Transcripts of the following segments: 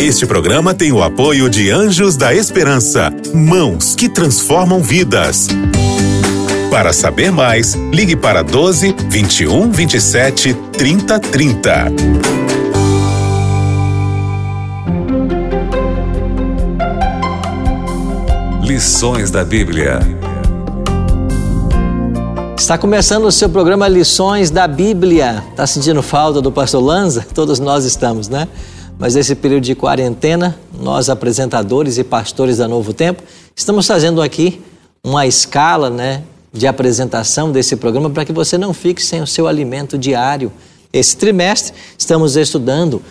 Este programa tem o apoio de Anjos da Esperança, mãos que transformam vidas. Para saber mais, ligue para 12 21 27 30 30. Lições da Bíblia. Está começando o seu programa Lições da Bíblia. Está sentindo falta do pastor Lanza? Todos nós estamos, né? Mas nesse período de quarentena, nós apresentadores e pastores da Novo Tempo, estamos fazendo aqui uma escala, né, de apresentação desse programa para que você não fique sem o seu alimento diário. Esse trimestre estamos estudando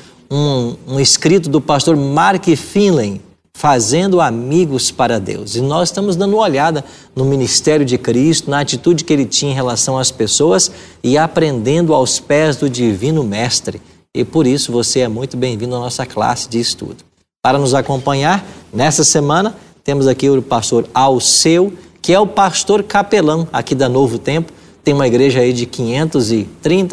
um escrito do pastor Mark Finley, Fazendo Amigos para Deus. E nós estamos dando uma olhada no ministério de Cristo, na atitude que ele tinha em relação às pessoas e aprendendo aos pés do Divino Mestre. E por isso você é muito bem-vindo à nossa classe de estudo. Para nos acompanhar, nessa semana, temos aqui o pastor Alceu, que é o pastor capelão aqui da Novo Tempo. Tem uma igreja aí de 530,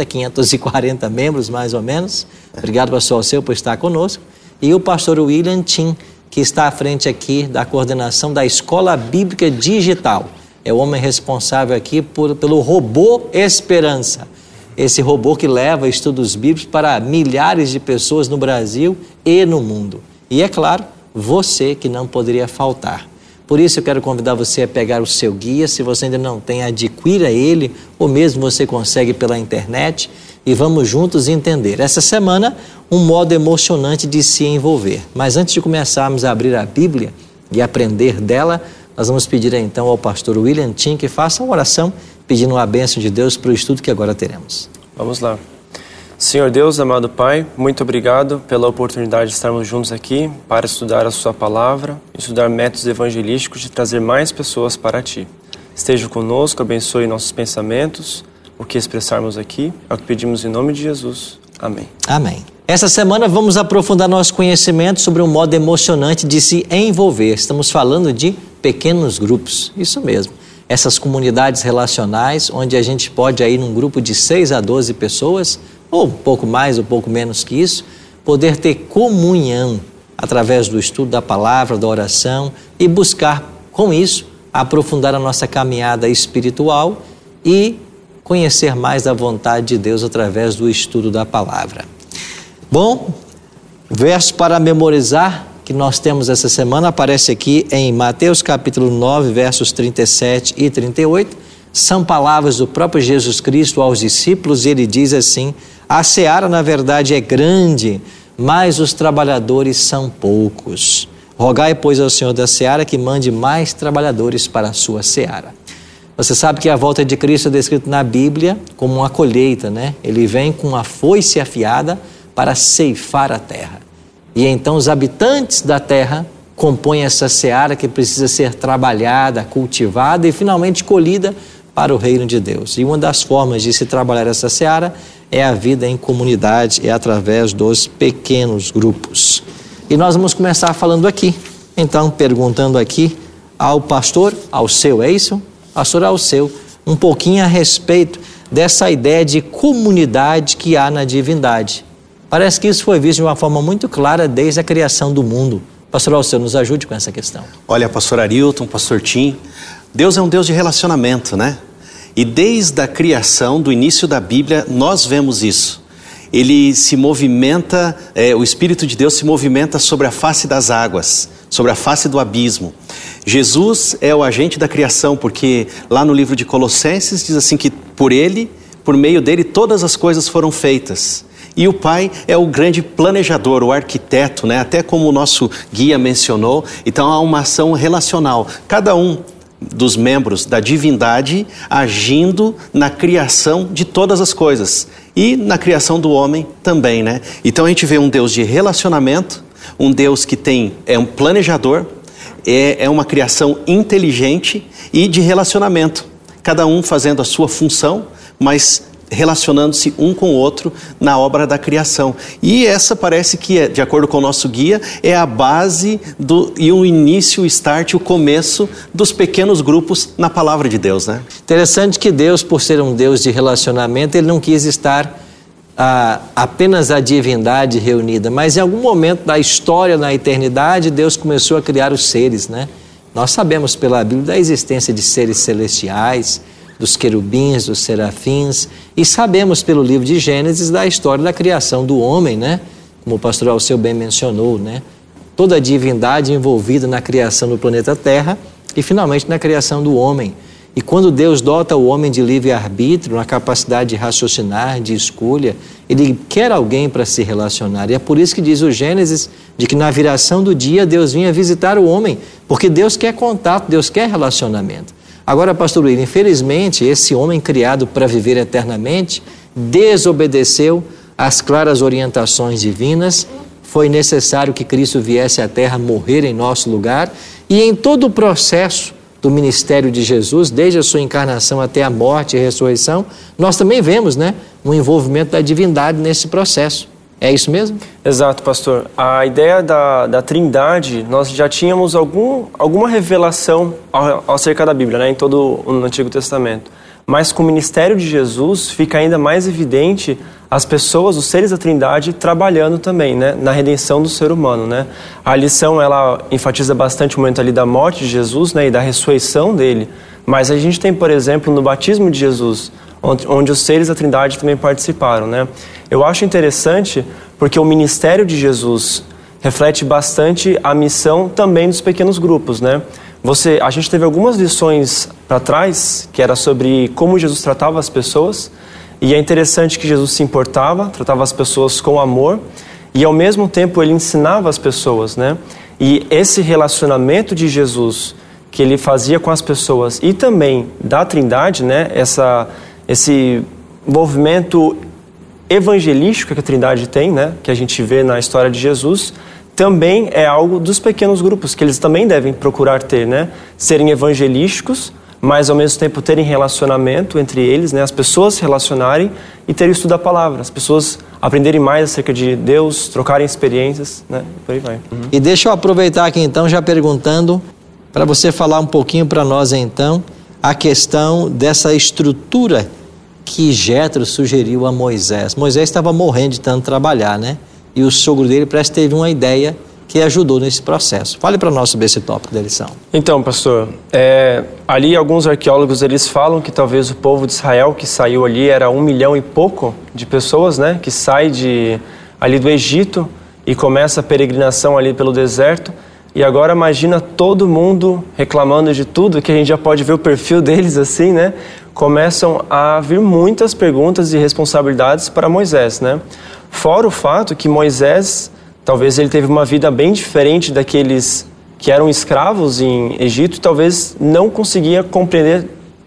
540 membros, mais ou menos. Obrigado, pastor Alceu, por estar conosco. E o pastor William Tim, que está à frente aqui da coordenação da Escola Bíblica Digital. É o homem responsável aqui pelo robô Esperança. Esse robô que leva estudos bíblicos para milhares de pessoas no Brasil e no mundo. E é claro, você que não poderia faltar. Por isso eu quero convidar você a pegar o seu guia. Se você ainda não tem, adquira ele, ou mesmo você consegue pela internet. E vamos juntos entender, essa semana, um modo emocionante de se envolver. Mas antes de começarmos a abrir a Bíblia e aprender dela, nós vamos pedir então ao pastor William Tim que faça uma oração pedindo a bênção de Deus para o estudo que agora teremos. Vamos lá. Senhor Deus, amado Pai, muito obrigado pela oportunidade de estarmos juntos aqui para estudar a Sua Palavra, estudar métodos evangelísticos de trazer mais pessoas para Ti. Esteja conosco, abençoe nossos pensamentos, o que expressarmos aqui, é o que pedimos em nome de Jesus. Amém. Amém. Essa semana vamos aprofundar nosso conhecimento sobre um modo emocionante de se envolver. Estamos falando de pequenos grupos, isso mesmo. Essas comunidades relacionais, onde a gente pode ir num grupo de 6 a 12 pessoas, ou um pouco mais, ou um pouco menos que isso, poder ter comunhão através do estudo da palavra, da oração e buscar, com isso, aprofundar a nossa caminhada espiritual e conhecer mais da vontade de Deus através do estudo da palavra. Bom, verso para memorizar que nós temos essa semana aparece aqui em Mateus capítulo 9, versos 37 e 38. São palavras do próprio Jesus Cristo aos discípulos e ele diz assim: a seara na verdade é grande, mas os trabalhadores são poucos. Rogai, pois, ao Senhor da seara que mande mais trabalhadores para a sua seara. Você sabe que a volta de Cristo é descrito na Bíblia como uma colheita, né? Ele vem com uma foice afiada para ceifar a terra. E então os habitantes da terra compõem essa seara que precisa ser trabalhada, cultivada e finalmente colhida para o reino de Deus. E uma das formas de se trabalhar essa seara é a vida em comunidade, é através dos pequenos grupos. E nós vamos começar falando aqui, então perguntando aqui ao pastor Alceu, é isso? Pastor Alceu, um pouquinho a respeito dessa ideia de comunidade que há na divindade. Parece que isso foi visto de uma forma muito clara desde a criação do mundo. Pastor Alceu, nos ajude com essa questão. Olha, pastor Arilton, pastor Tim, Deus é um Deus de relacionamento, né? E desde a criação, do início da Bíblia, nós vemos isso. Ele se movimenta, o Espírito de Deus se movimenta sobre a face das águas, sobre a face do abismo. Jesus é o agente da criação, porque lá no livro de Colossenses diz assim que por ele, por meio dele, todas as coisas foram feitas. E o Pai é o grande planejador, o arquiteto, né? Até como o nosso guia mencionou. Então há uma ação relacional. Cada um dos membros da divindade agindo na criação de todas as coisas. E na criação do homem também, né? Então a gente vê um Deus de relacionamento, um Deus que é um planejador, é uma criação inteligente e de relacionamento. Cada um fazendo a sua função, mas relacionando-se um com o outro na obra da criação. E essa parece que, de acordo com o nosso guia, é a base e o início, o start, o começo dos pequenos grupos na palavra de Deus, né? Interessante que Deus, por ser um Deus de relacionamento, Ele não quis estar apenas a divindade reunida, mas em algum momento da história, na eternidade, Deus começou a criar os seres, né? Nós sabemos pela Bíblia da existência de seres celestiais, dos querubins, dos serafins, e sabemos pelo livro de Gênesis da história da criação do homem, né? Como o pastor Alceu bem mencionou, né? Toda a divindade envolvida na criação do planeta Terra e finalmente na criação do homem. E quando Deus dota o homem de livre-arbítrio, na capacidade de raciocinar, de escolha, Ele quer alguém para se relacionar. E é por isso que diz o Gênesis, de que na viração do dia Deus vinha visitar o homem, porque Deus quer contato, Deus quer relacionamento. Agora, pastor Luiz, infelizmente, esse homem criado para viver eternamente, desobedeceu às claras orientações divinas. Foi necessário que Cristo viesse à terra morrer em nosso lugar, e em todo o processo do ministério de Jesus, desde a sua encarnação até a morte e a ressurreição, nós também vemos, né, um envolvimento da divindade nesse processo. É isso mesmo? Exato, pastor. A ideia da Trindade, nós já tínhamos alguma revelação acerca da Bíblia, né, em todo o Antigo Testamento. Mas com o ministério de Jesus fica ainda mais evidente as pessoas, os seres da Trindade, trabalhando também, né, na redenção do ser humano, né? A lição, ela enfatiza bastante o momento ali da morte de Jesus, né, e da ressurreição dele. Mas a gente tem, por exemplo, no batismo de Jesus, onde os seres da Trindade também participaram, né? Eu acho interessante porque o ministério de Jesus reflete bastante a missão também dos pequenos grupos, né? A gente teve algumas lições para trás, que era sobre como Jesus tratava as pessoas, e é interessante que Jesus se importava, tratava as pessoas com amor, e ao mesmo tempo ele ensinava as pessoas, né? E esse relacionamento de Jesus que ele fazia com as pessoas e também da Trindade, né? Esse movimento evangelístico que a Trindade tem, né? Que a gente vê na história de Jesus, também é algo dos pequenos grupos, que eles também devem procurar ter, né? Serem evangelísticos, mas ao mesmo tempo terem relacionamento entre eles, né? As pessoas se relacionarem e terem estudo da palavra, as pessoas aprenderem mais acerca de Deus, trocarem experiências, né? Por aí vai. E deixa eu aproveitar aqui então, já perguntando, para você falar um pouquinho para nós então, a questão dessa estrutura que Jétro sugeriu a Moisés. Moisés estava morrendo de tanto trabalhar, né? E o sogro dele parece que teve uma ideia que ajudou nesse processo. Fale para nós sobre esse tópico da lição. Então, pastor, ali alguns arqueólogos eles falam que talvez o povo de Israel que saiu ali era 1 milhão e pouco de pessoas, né? Que sai ali do Egito e começa a peregrinação ali pelo deserto. E agora imagina todo mundo reclamando de tudo, que a gente já pode ver o perfil deles assim, né? Começam a vir muitas perguntas e responsabilidades para Moisés, né? Fora o fato que Moisés, talvez ele teve uma vida bem diferente daqueles que eram escravos em Egito, e talvez não conseguia compreender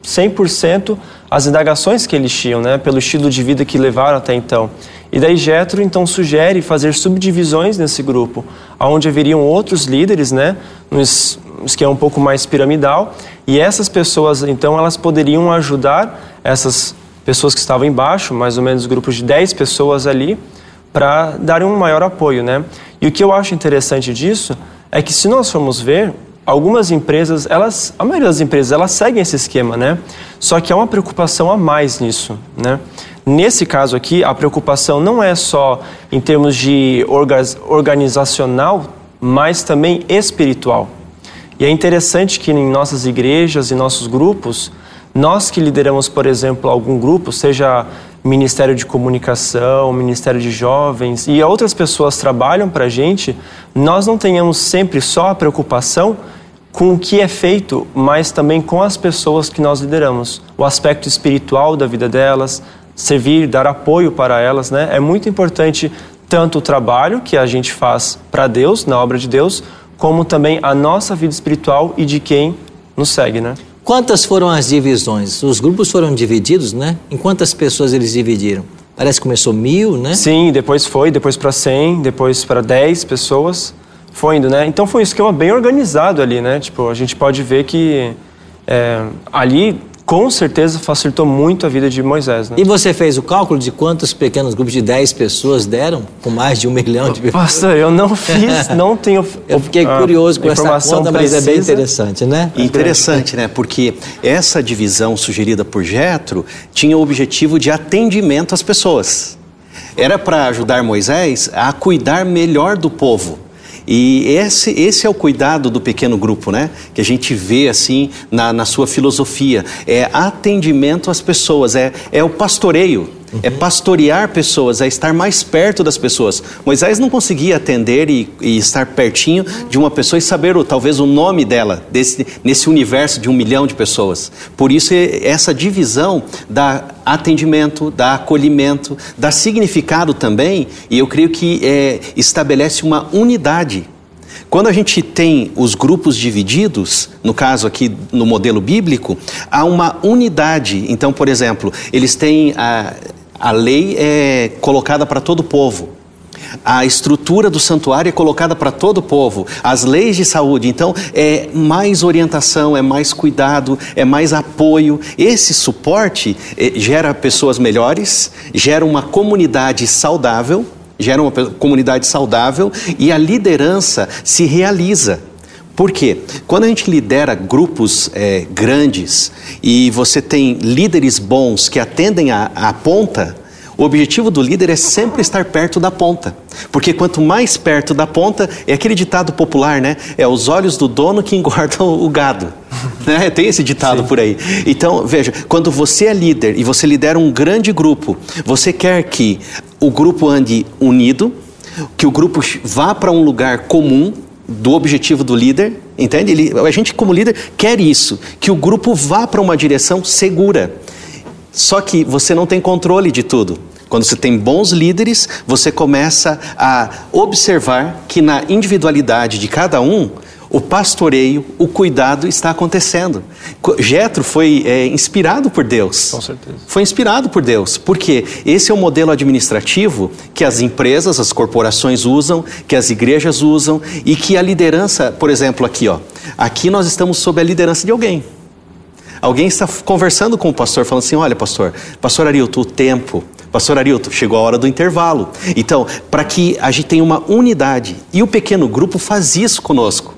100% as indagações que eles tinham, né? Pelo estilo de vida que levaram até então. E daí Jétro então sugere fazer subdivisões nesse grupo, onde haveriam outros líderes, né? Um esquema um pouco mais piramidal, e essas pessoas então elas poderiam ajudar essas pessoas que estavam embaixo, mais ou menos grupos de 10 pessoas ali, para darem um maior apoio, né? E o que eu acho interessante disso é que se nós formos ver, algumas empresas, a maioria das empresas, elas seguem esse esquema, né? Só que há uma preocupação a mais nisso, né? Nesse caso aqui, a preocupação não é só em termos de organizacional, mas também espiritual. E é interessante que em nossas igrejas e nossos grupos, nós que lideramos, por exemplo, algum grupo, seja Ministério de Comunicação, Ministério de Jovens, e outras pessoas trabalham para a gente, nós não tenhamos sempre só a preocupação com o que é feito, mas também com as pessoas que nós lideramos. O aspecto espiritual da vida delas, servir, dar apoio para elas, né? É muito importante tanto o trabalho que a gente faz para Deus, na obra de Deus, como também a nossa vida espiritual e de quem nos segue, né? Quantas foram as divisões? Os grupos foram divididos, né? Em quantas pessoas eles dividiram? Parece que começou 1000, né? Sim, depois para 100, depois para 10 pessoas. Foi indo, né? Então foi um esquema bem organizado ali, né? Tipo, a gente pode ver que ali com certeza facilitou muito a vida de Moisés, né? E você fez o cálculo de quantos pequenos grupos de 10 pessoas deram? Com mais de 1 milhão de pessoas? Pastor, eu não fiz, não tenho eu fiquei curioso com essa conta, mas é bem interessante, né? Interessante, né? Porque essa divisão sugerida por Jétro tinha o objetivo de atendimento às pessoas. Era para ajudar Moisés a cuidar melhor do povo. E esse é o cuidado do pequeno grupo, né? Que a gente vê assim na sua filosofia. É atendimento às pessoas, é o pastoreio. É pastorear pessoas, é estar mais perto das pessoas. Moisés não conseguia atender e estar pertinho de uma pessoa e saber talvez o nome dela, nesse universo de 1 milhão de pessoas. Por isso essa divisão dá atendimento, dá acolhimento, dá significado também, e eu creio que estabelece uma unidade. Quando a gente tem os grupos divididos, no caso aqui no modelo bíblico, há uma unidade. Então, por exemplo, eles têm a lei é colocada para todo o povo. A estrutura do santuário é colocada para todo o povo. As leis de saúde, então, é mais orientação, é mais cuidado, é mais apoio. Esse suporte gera pessoas melhores, gera uma comunidade saudável, e a liderança se realiza. Por quê? Quando a gente lidera grupos grandes e você tem líderes bons que atendem a ponta, o objetivo do líder é sempre estar perto da ponta. Porque quanto mais perto da ponta, é aquele ditado popular, né? É os olhos do dono que engordam o gado. Né? Tem esse ditado por aí. Então, veja, quando você é líder e você lidera um grande grupo, você quer que o grupo ande unido, que o grupo vá para um lugar comum do objetivo do líder, entende? A gente como líder quer isso, que o grupo vá para uma direção segura. Só que você não tem controle de tudo. Quando você tem bons líderes, você começa a observar que na individualidade de cada um, o pastoreio, o cuidado está acontecendo. Jetro foi inspirado por Deus. Com certeza. Foi inspirado por Deus, porque esse é o modelo administrativo que as empresas, as corporações usam, que as igrejas usam e que a liderança, por exemplo, aqui nós estamos sob a liderança de alguém. Alguém está conversando com o pastor, falando assim, olha pastor Arilton, o tempo... Pastor Arilton, chegou a hora do intervalo. Então, para que a gente tenha uma unidade, e o pequeno grupo faz isso conosco.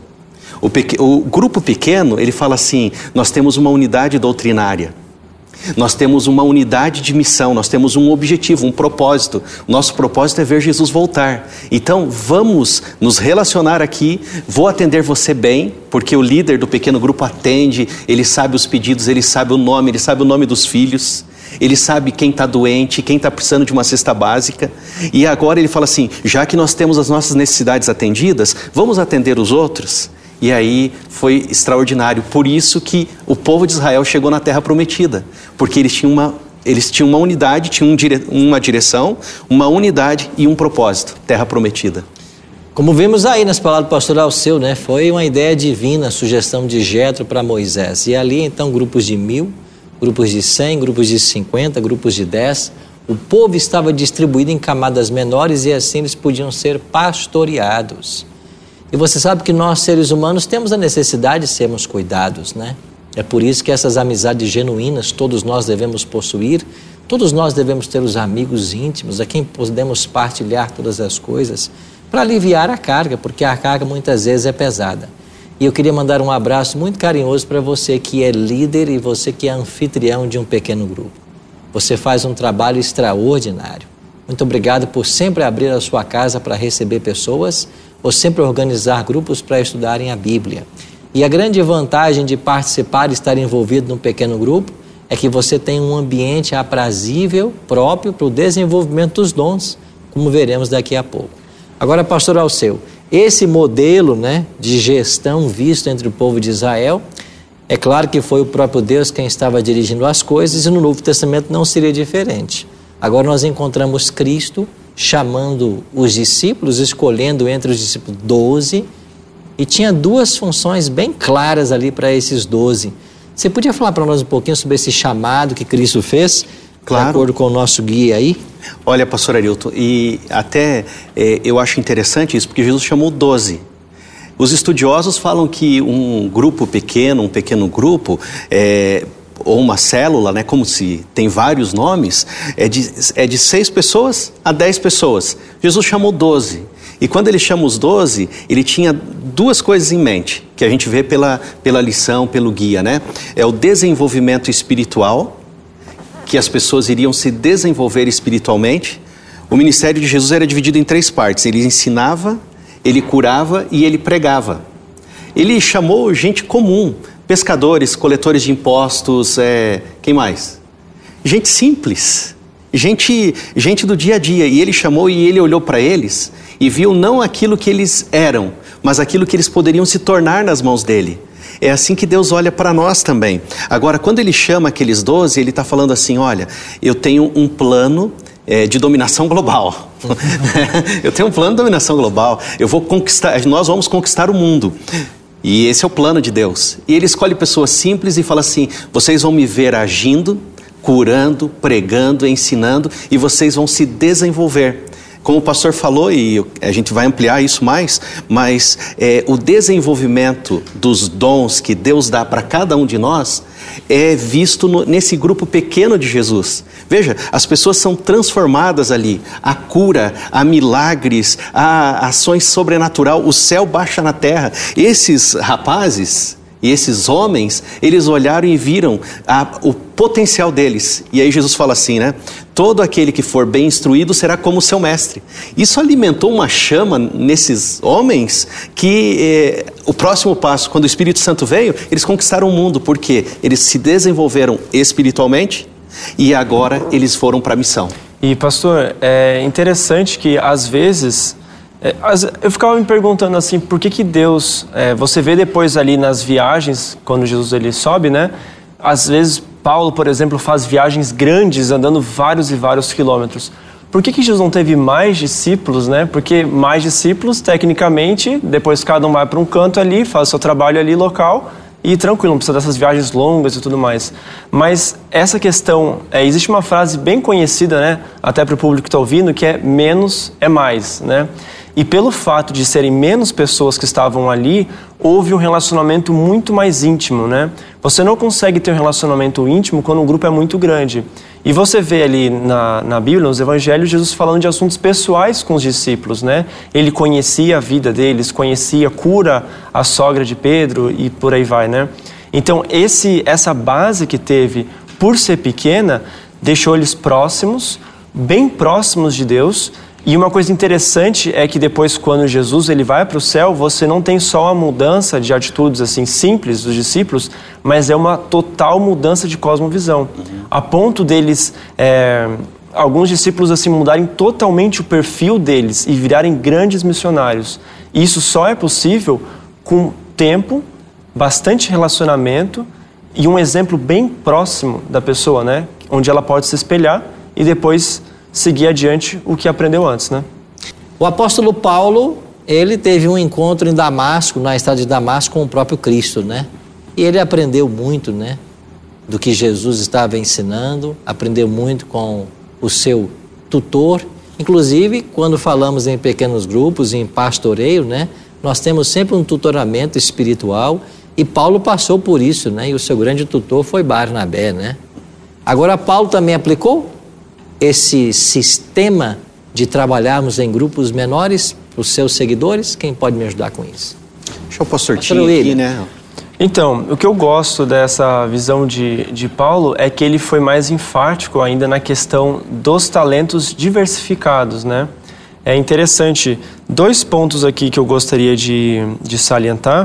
O grupo pequeno, ele fala assim, nós temos uma unidade doutrinária, nós temos uma unidade de missão, nós temos um objetivo, um propósito. O nosso propósito é ver Jesus voltar. Então, vamos nos relacionar aqui, vou atender você bem, porque o líder do pequeno grupo atende, ele sabe os pedidos, ele sabe o nome dos filhos. Ele sabe quem está doente, quem está precisando de uma cesta básica. E agora ele fala assim, já que nós temos as nossas necessidades atendidas, vamos atender os outros? E aí foi extraordinário. Por isso que o povo de Israel chegou na Terra Prometida. Porque eles tinham uma unidade, tinham uma direção, uma unidade e um propósito. Terra Prometida. Como vimos aí nas palavras do pastor Alceu, né? Foi uma ideia divina, a sugestão de Jetro para Moisés. E ali então grupos de 1000, grupos de 100, grupos de 50, grupos de 10. O povo estava distribuído em camadas menores e assim eles podiam ser pastoreados. E você sabe que nós, seres humanos, temos a necessidade de sermos cuidados, né? É por isso que essas amizades genuínas todos nós devemos possuir, todos nós devemos ter os amigos íntimos, a quem podemos partilhar todas as coisas, para aliviar a carga, porque a carga muitas vezes é pesada. E eu queria mandar um abraço muito carinhoso para você que é líder e você que é anfitrião de um pequeno grupo. Você faz um trabalho extraordinário. Muito obrigado por sempre abrir a sua casa para receber pessoas ou sempre organizar grupos para estudarem a Bíblia. E a grande vantagem de participar e estar envolvido num pequeno grupo é que você tem um ambiente aprazível, próprio para o desenvolvimento dos dons, como veremos daqui a pouco. Agora, pastor Alceu, esse modelo, né, de gestão visto entre o povo de Israel, é claro que foi o próprio Deus quem estava dirigindo as coisas e no Novo Testamento não seria diferente. Agora nós encontramos Cristo chamando os discípulos, escolhendo entre os discípulos 12, e tinha duas funções bem claras ali para esses 12. Você podia falar para nós um pouquinho sobre esse chamado que Cristo fez? Claro. De acordo com o nosso guia aí? Olha, pastor Arilton, e até eu acho interessante isso, porque Jesus chamou 12. Os estudiosos falam que um grupo pequeno, um pequeno grupo, ou uma célula, né, como se tem vários nomes, é de 6 pessoas a 10 pessoas. Jesus chamou 12. E quando ele chama os 12, ele tinha duas coisas em mente, que a gente vê pela lição, pelo guia, né? É o desenvolvimento espiritual, que as pessoas iriam se desenvolver espiritualmente. O ministério de Jesus era dividido em 3 partes. Ele ensinava, ele curava e ele pregava. Ele chamou gente comum, pescadores, coletores de impostos, quem mais? Gente simples, gente do dia a dia. E ele chamou e ele olhou para eles e viu não aquilo que eles eram, mas aquilo que eles poderiam se tornar nas mãos dele. É assim que Deus olha para nós também. Agora, quando ele chama aqueles 12, ele está falando assim, olha, eu tenho um plano de dominação global. Eu tenho um plano de dominação global. Nós vamos conquistar o mundo. E esse é o plano de Deus. E ele escolhe pessoas simples e fala assim, vocês vão me ver agindo, curando, pregando, ensinando, e vocês vão se desenvolver. Como o pastor falou, e a gente vai ampliar isso mais, mas o desenvolvimento dos dons que Deus dá para cada um de nós é visto nesse grupo pequeno de Jesus. Veja, as pessoas são transformadas ali. Há cura, há milagres, há ações sobrenaturais, o céu baixa na terra. Esses rapazes e esses homens, eles olharam e viram o potencial deles. E aí Jesus fala assim, né? Todo aquele que for bem instruído será como seu mestre. Isso alimentou uma chama nesses homens que o próximo passo, quando o Espírito Santo veio, eles conquistaram o mundo, porque eles se desenvolveram espiritualmente e agora eles foram para a missão. E pastor, é interessante que às vezes... eu ficava me perguntando assim, por que Deus... você vê depois ali nas viagens, quando Jesus ele sobe, né? Às vezes Paulo, por exemplo, faz viagens grandes, andando vários e vários quilômetros. Por que Jesus não teve mais discípulos, né? Porque mais discípulos, tecnicamente, depois cada um vai para um canto ali, faz o seu trabalho ali local e tranquilo, não precisa dessas viagens longas e tudo mais. Mas essa questão, existe uma frase bem conhecida, né? Até para o público que está ouvindo, que é menos é mais, né? E pelo fato de serem menos pessoas que estavam ali, houve um relacionamento muito mais íntimo, né? Você não consegue ter um relacionamento íntimo quando um grupo é muito grande. E você vê ali na Bíblia, nos Evangelhos, Jesus falando de assuntos pessoais com os discípulos, né? Ele conhecia a vida deles, cura a sogra de Pedro e por aí vai, né? Então, essa base que teve, por ser pequena, deixou eles próximos, bem próximos de Deus. E uma coisa interessante é que depois, quando Jesus ele vai para o céu, você não tem só a mudança de atitudes assim simples dos discípulos, mas é uma total mudança de cosmovisão. A ponto deles, alguns discípulos assim mudarem totalmente o perfil deles e virarem grandes missionários. E isso só é possível com tempo, bastante relacionamento e um exemplo bem próximo da pessoa, né? Onde ela pode se espelhar e depois seguir adiante o que aprendeu antes, né? O apóstolo Paulo, ele teve um encontro em Damasco, na estrada de Damasco, com o próprio Cristo, né? E ele aprendeu muito, né? Do que Jesus estava ensinando, aprendeu muito com o seu tutor. Inclusive, quando falamos em pequenos grupos, em pastoreio, né? Nós temos sempre um tutoramento espiritual e Paulo passou por isso, né? E o seu grande tutor foi Barnabé, né? Agora, Paulo também aplicou esse sistema de trabalharmos em grupos menores para os seus seguidores? Quem pode me ajudar com isso? Deixa o pastor Tim aqui, né? Então, o que eu gosto dessa visão de Paulo é que ele foi mais enfático ainda na questão dos talentos diversificados, né? É interessante, 2 pontos aqui que eu gostaria de salientar.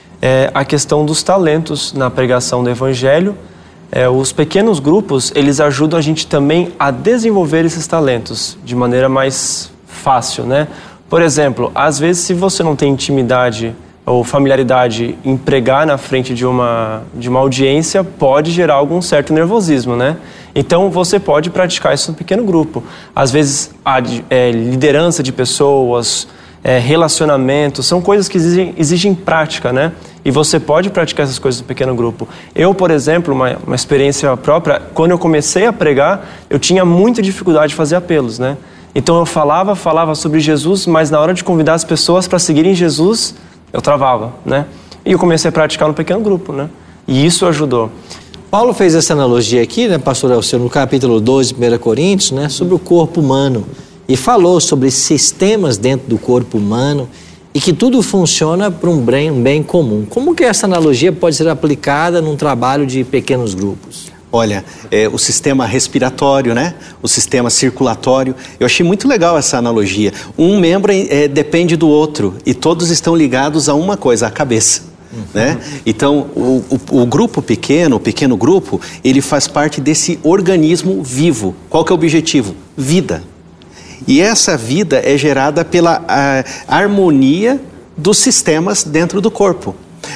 A questão dos talentos na pregação do Evangelho. Os pequenos grupos, eles ajudam a gente também a desenvolver esses talentos de maneira mais fácil, né? Por exemplo, às vezes se você não tem intimidade ou familiaridade em pregar na frente de uma audiência, pode gerar algum certo nervosismo, né? Então você pode praticar isso no pequeno grupo. Às vezes a liderança de pessoas, relacionamento, são coisas que exigem prática, né? E você pode praticar essas coisas no pequeno grupo. Eu, por exemplo, uma experiência própria, quando eu comecei a pregar, eu tinha muita dificuldade de fazer apelos, né? Então eu falava sobre Jesus, mas na hora de convidar as pessoas para seguirem Jesus, eu travava, né? E eu comecei a praticar no pequeno grupo, né? E isso ajudou. Paulo fez essa analogia aqui, né, pastor Elcio, no capítulo 12 de 1 Coríntios, né, sobre o corpo humano. E falou sobre sistemas dentro do corpo humano e que tudo funciona para um bem comum. Como que essa analogia pode ser aplicada num trabalho de pequenos grupos? Olha, o sistema respiratório, né? O sistema circulatório. Eu achei muito legal essa analogia. Um membro depende do outro e todos estão ligados a uma coisa, a cabeça. Né? Então, o grupo pequeno, o pequeno grupo, ele faz parte desse organismo vivo. Qual que é o objetivo? Vida. E essa vida é gerada pela harmonia dos sistemas dentro do corpo.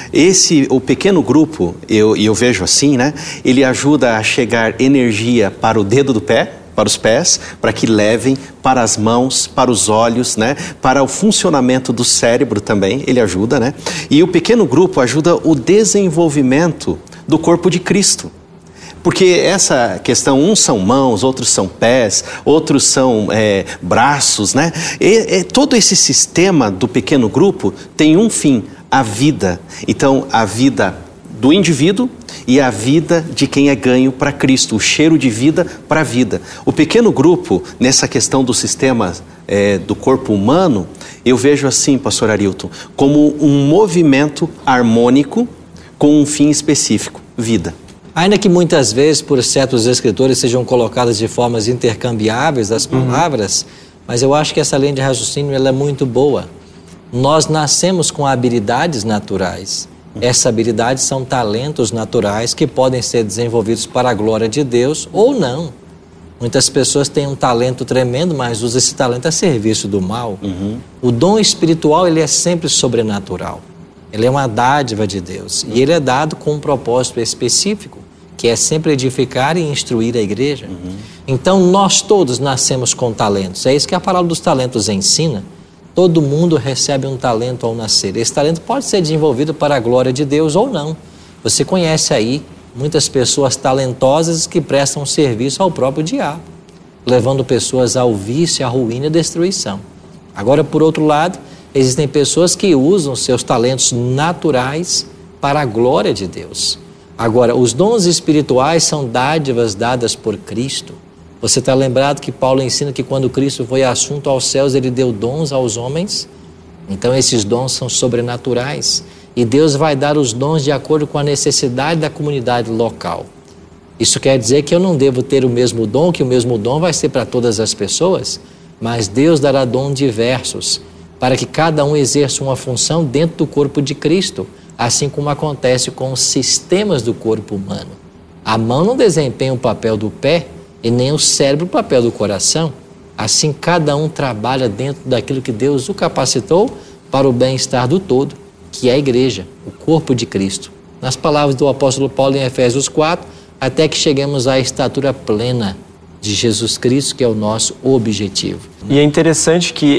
O pequeno grupo, eu vejo assim, né? Ele ajuda a chegar energia para o dedo do pé, para os pés, para que levem para as mãos, para os olhos, né? Para o funcionamento do cérebro também, ele ajuda, né? E o pequeno grupo ajuda o desenvolvimento do corpo de Cristo. Porque essa questão, uns são mãos, outros são pés, outros são braços, né? Todo esse sistema do pequeno grupo tem um fim, a vida. Então, a vida do indivíduo e a vida de quem é ganho para Cristo, o cheiro de vida para a vida. O pequeno grupo, nessa questão do sistema do corpo humano, eu vejo assim, pastor Arilton, como um movimento harmônico com um fim específico, vida. Ainda que muitas vezes, por certos escritores, sejam colocadas de formas intercambiáveis as palavras, mas eu acho que essa linha de raciocínio ela é muito boa. Nós nascemos com habilidades naturais. Essas habilidades são talentos naturais que podem ser desenvolvidos para a glória de Deus ou não. Muitas pessoas têm um talento tremendo, mas usam esse talento a serviço do mal. O dom espiritual ele é sempre sobrenatural. Ele é uma dádiva de Deus e ele é dado com um propósito específico, que é sempre edificar e instruir a igreja. Então nós todos nascemos com talentos. É isso que a palavra dos talentos ensina. Todo mundo recebe um talento ao nascer. Esse talento pode ser desenvolvido para a glória de Deus ou não. Você conhece aí muitas pessoas talentosas que prestam serviço ao próprio diabo, levando pessoas ao vício, à ruína e à destruição. Agora, por outro lado, existem pessoas que usam seus talentos naturais para a glória de Deus. Agora, os dons espirituais são dádivas dadas por Cristo. Você está lembrado que Paulo ensina que quando Cristo foi assunto aos céus, ele deu dons aos homens? Então esses dons são sobrenaturais e Deus vai dar os dons de acordo com a necessidade da comunidade local. Isso quer dizer que eu não devo ter o mesmo dom, que o mesmo dom vai ser para todas as pessoas, mas Deus dará dons diversos para que cada um exerça uma função dentro do corpo de Cristo, assim como acontece com os sistemas do corpo humano. A mão não desempenha o papel do pé, e nem o cérebro o papel do coração. Assim, cada um trabalha dentro daquilo que Deus o capacitou para o bem-estar do todo, que é a igreja, o corpo de Cristo. Nas palavras do apóstolo Paulo em Efésios 4, até que cheguemos à estatura plena de Jesus Cristo, que é o nosso objetivo. E é interessante que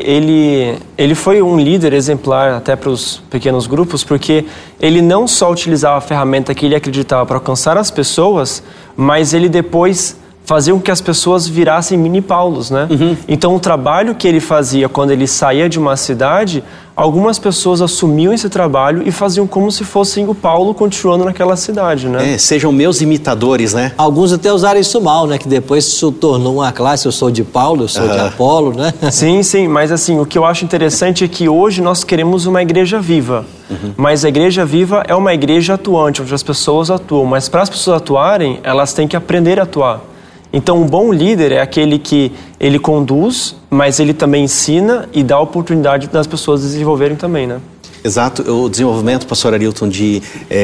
ele foi um líder exemplar até para os pequenos grupos, porque ele não só utilizava a ferramenta que ele acreditava para alcançar as pessoas, mas ele depois fazia com que as pessoas virassem mini Paulos, né? Então o trabalho que ele fazia quando ele saía de uma cidade, algumas pessoas assumiam esse trabalho e faziam como se fossem o Paulo continuando naquela cidade, né? Sejam meus imitadores, né? Alguns até usaram isso mal, né? Que depois se tornou uma classe, eu sou de Paulo, eu sou de Apolo, né? Sim, mas assim, o que eu acho interessante é que hoje nós queremos uma igreja viva. Mas a igreja viva é uma igreja atuante, onde as pessoas atuam. Mas para as pessoas atuarem, elas têm que aprender a atuar. Então, um bom líder é aquele que ele conduz, mas ele também ensina e dá oportunidade das pessoas desenvolverem também, né? Exato. O desenvolvimento, pastor Arilton, de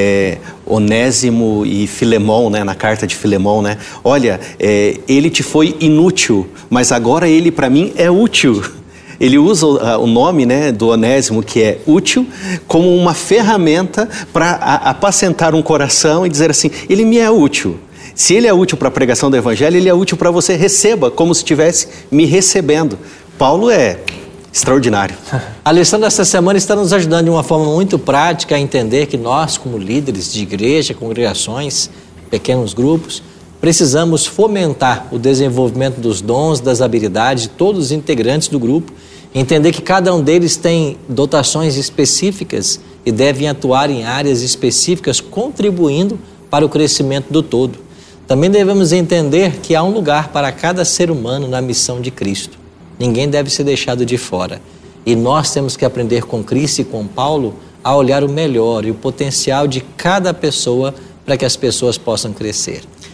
Onésimo e Filemon, né, na carta de Filemon, né? Olha, ele te foi inútil, mas agora ele para mim é útil. Ele usa o nome, né, do Onésimo, que é útil, como uma ferramenta para apacentar um coração e dizer assim, ele me é útil. Se ele é útil para a pregação do evangelho, ele é útil para você, receba, como se estivesse me recebendo. Paulo é extraordinário. A lição dessa semana está nos ajudando de uma forma muito prática a entender que nós, como líderes de igreja, congregações, pequenos grupos, precisamos fomentar o desenvolvimento dos dons, das habilidades de todos os integrantes do grupo, entender que cada um deles tem dotações específicas e devem atuar em áreas específicas, contribuindo para o crescimento do todo. Também devemos entender que há um lugar para cada ser humano na missão de Cristo. Ninguém deve ser deixado de fora. E nós temos que aprender com Cristo e com Paulo a olhar o melhor e o potencial de cada pessoa para que as pessoas possam crescer.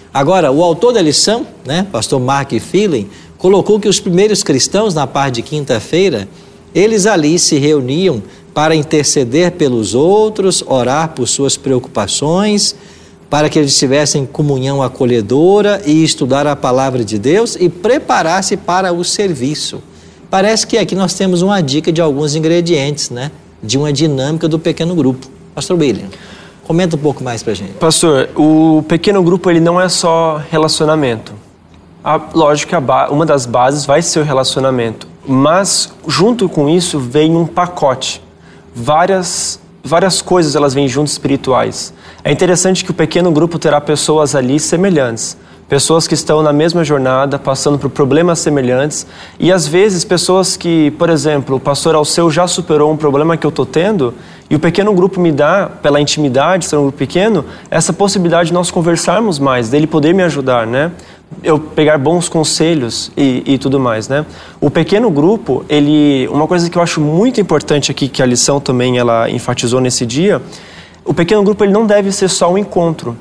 Agora, o autor da lição, né, pastor Mark Feeling, colocou que os primeiros cristãos, na parte de quinta-feira, eles ali se reuniam para interceder pelos outros, orar por suas preocupações, para que eles tivessem comunhão acolhedora e estudar a palavra de Deus e preparar-se para o serviço. Parece que aqui nós temos uma dica de alguns ingredientes, né, de uma dinâmica do pequeno grupo. Pastor William, comenta um pouco mais para a gente. Pastor, o pequeno grupo ele não é só relacionamento. Lógico que uma das bases vai ser o relacionamento, mas junto com isso vem um pacote. Várias coisas elas vêm juntas espirituais. É interessante que o pequeno grupo terá pessoas ali semelhantes. Pessoas que estão na mesma jornada, passando por problemas semelhantes. E às vezes pessoas que, por exemplo, o pastor Alceu já superou um problema que eu estou tendo e o pequeno grupo me dá, pela intimidade, ser um grupo pequeno, essa possibilidade de nós conversarmos mais, dele poder me ajudar, né? Eu pegar bons conselhos e tudo mais, né? O pequeno grupo, uma coisa que eu acho muito importante aqui, que a lição também ela enfatizou nesse dia, o pequeno grupo ele não deve ser só um encontro.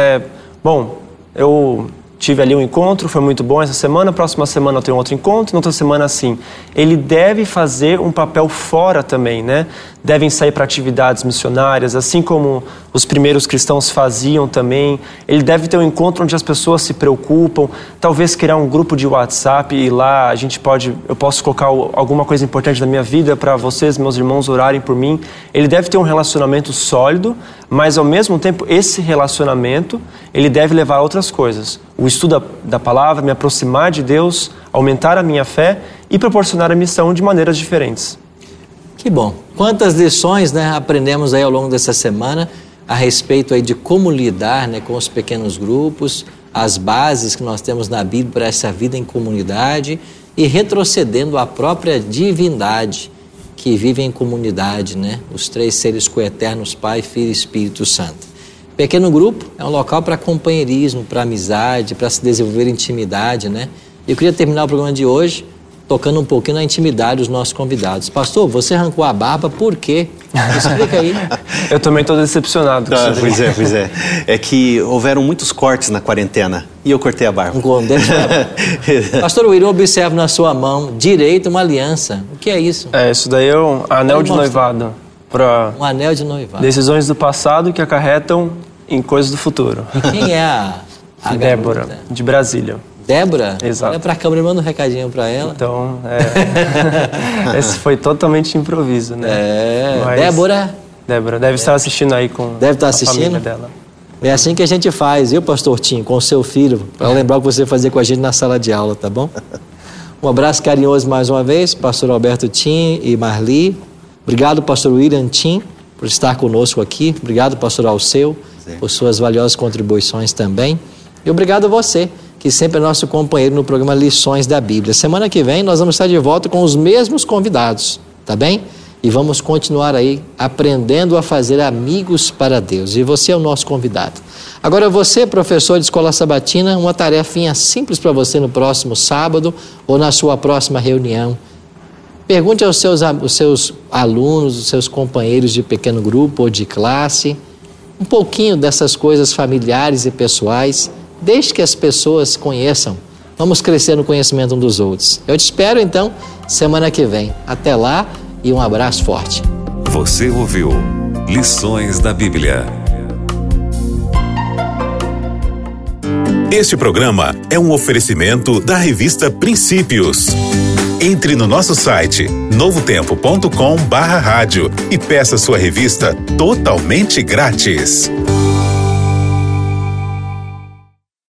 Eu tive ali um encontro, foi muito bom essa semana, próxima semana eu tenho outro encontro, na outra semana assim. Ele deve fazer um papel fora também, né? Devem sair para atividades missionárias, assim como os primeiros cristãos faziam também. Ele deve ter um encontro onde as pessoas se preocupam, talvez criar um grupo de WhatsApp e lá eu posso colocar alguma coisa importante da minha vida para vocês, meus irmãos, orarem por mim. Ele deve ter um relacionamento sólido, mas ao mesmo tempo esse relacionamento, ele deve levar a outras coisas. O estudo da palavra, me aproximar de Deus, aumentar a minha fé e proporcionar a missão de maneiras diferentes. Que bom. Quantas lições, né, aprendemos aí ao longo dessa semana a respeito aí de como lidar, né, com os pequenos grupos, as bases que nós temos na Bíblia para essa vida em comunidade e retrocedendo à própria divindade que vive em comunidade, né? Os três seres coeternos, Pai, Filho e Espírito Santo. Pequeno grupo é um local para companheirismo, para amizade, para se desenvolver intimidade, né? Eu queria terminar o programa de hoje tocando um pouquinho na intimidade dos nossos convidados. Pastor, você arrancou a barba, por quê? Explica aí. Eu também estou decepcionado. Pois é. É que houveram muitos cortes na quarentena e eu cortei a barba. Pastor William, observe na sua mão direita uma aliança. O que é isso? Isso daí é um anel de noivado. Um anel de noivado. Decisões do passado que acarretam em coisas do futuro. E quem é a Débora, garota? de Brasília. Débora? Exato. Olha pra câmera e manda um recadinho pra ela. Então, esse foi totalmente improviso, né? Mas Débora deve estar assistindo aí com a família dela. É assim que a gente faz, viu, pastor Tim, com o seu filho, para lembrar o que você fazia com a gente na sala de aula, tá bom? Um abraço carinhoso mais uma vez, pastor Alberto Tim e Marli. Obrigado, pastor William Tim, por estar conosco aqui. Obrigado, pastor Alceu, por suas valiosas contribuições também. E obrigado a você, que sempre é nosso companheiro no programa Lições da Bíblia. Semana que vem nós vamos estar de volta com os mesmos convidados, tá bem? E vamos continuar aí aprendendo a fazer amigos para Deus. E você é o nosso convidado. Agora você, professor de escola sabatina, uma tarefinha simples para você no próximo sábado ou na sua próxima reunião. Pergunte aos seus alunos, os seus companheiros de pequeno grupo ou de classe, um pouquinho dessas coisas familiares e pessoais. Deixe que as pessoas conheçam. Vamos crescer no conhecimento um dos outros. Eu te espero, então, semana que vem. Até lá e um abraço forte. Você ouviu Lições da Bíblia. Este programa é um oferecimento da revista Princípios. Entre no nosso site novotempo.com/rádio e peça sua revista totalmente grátis.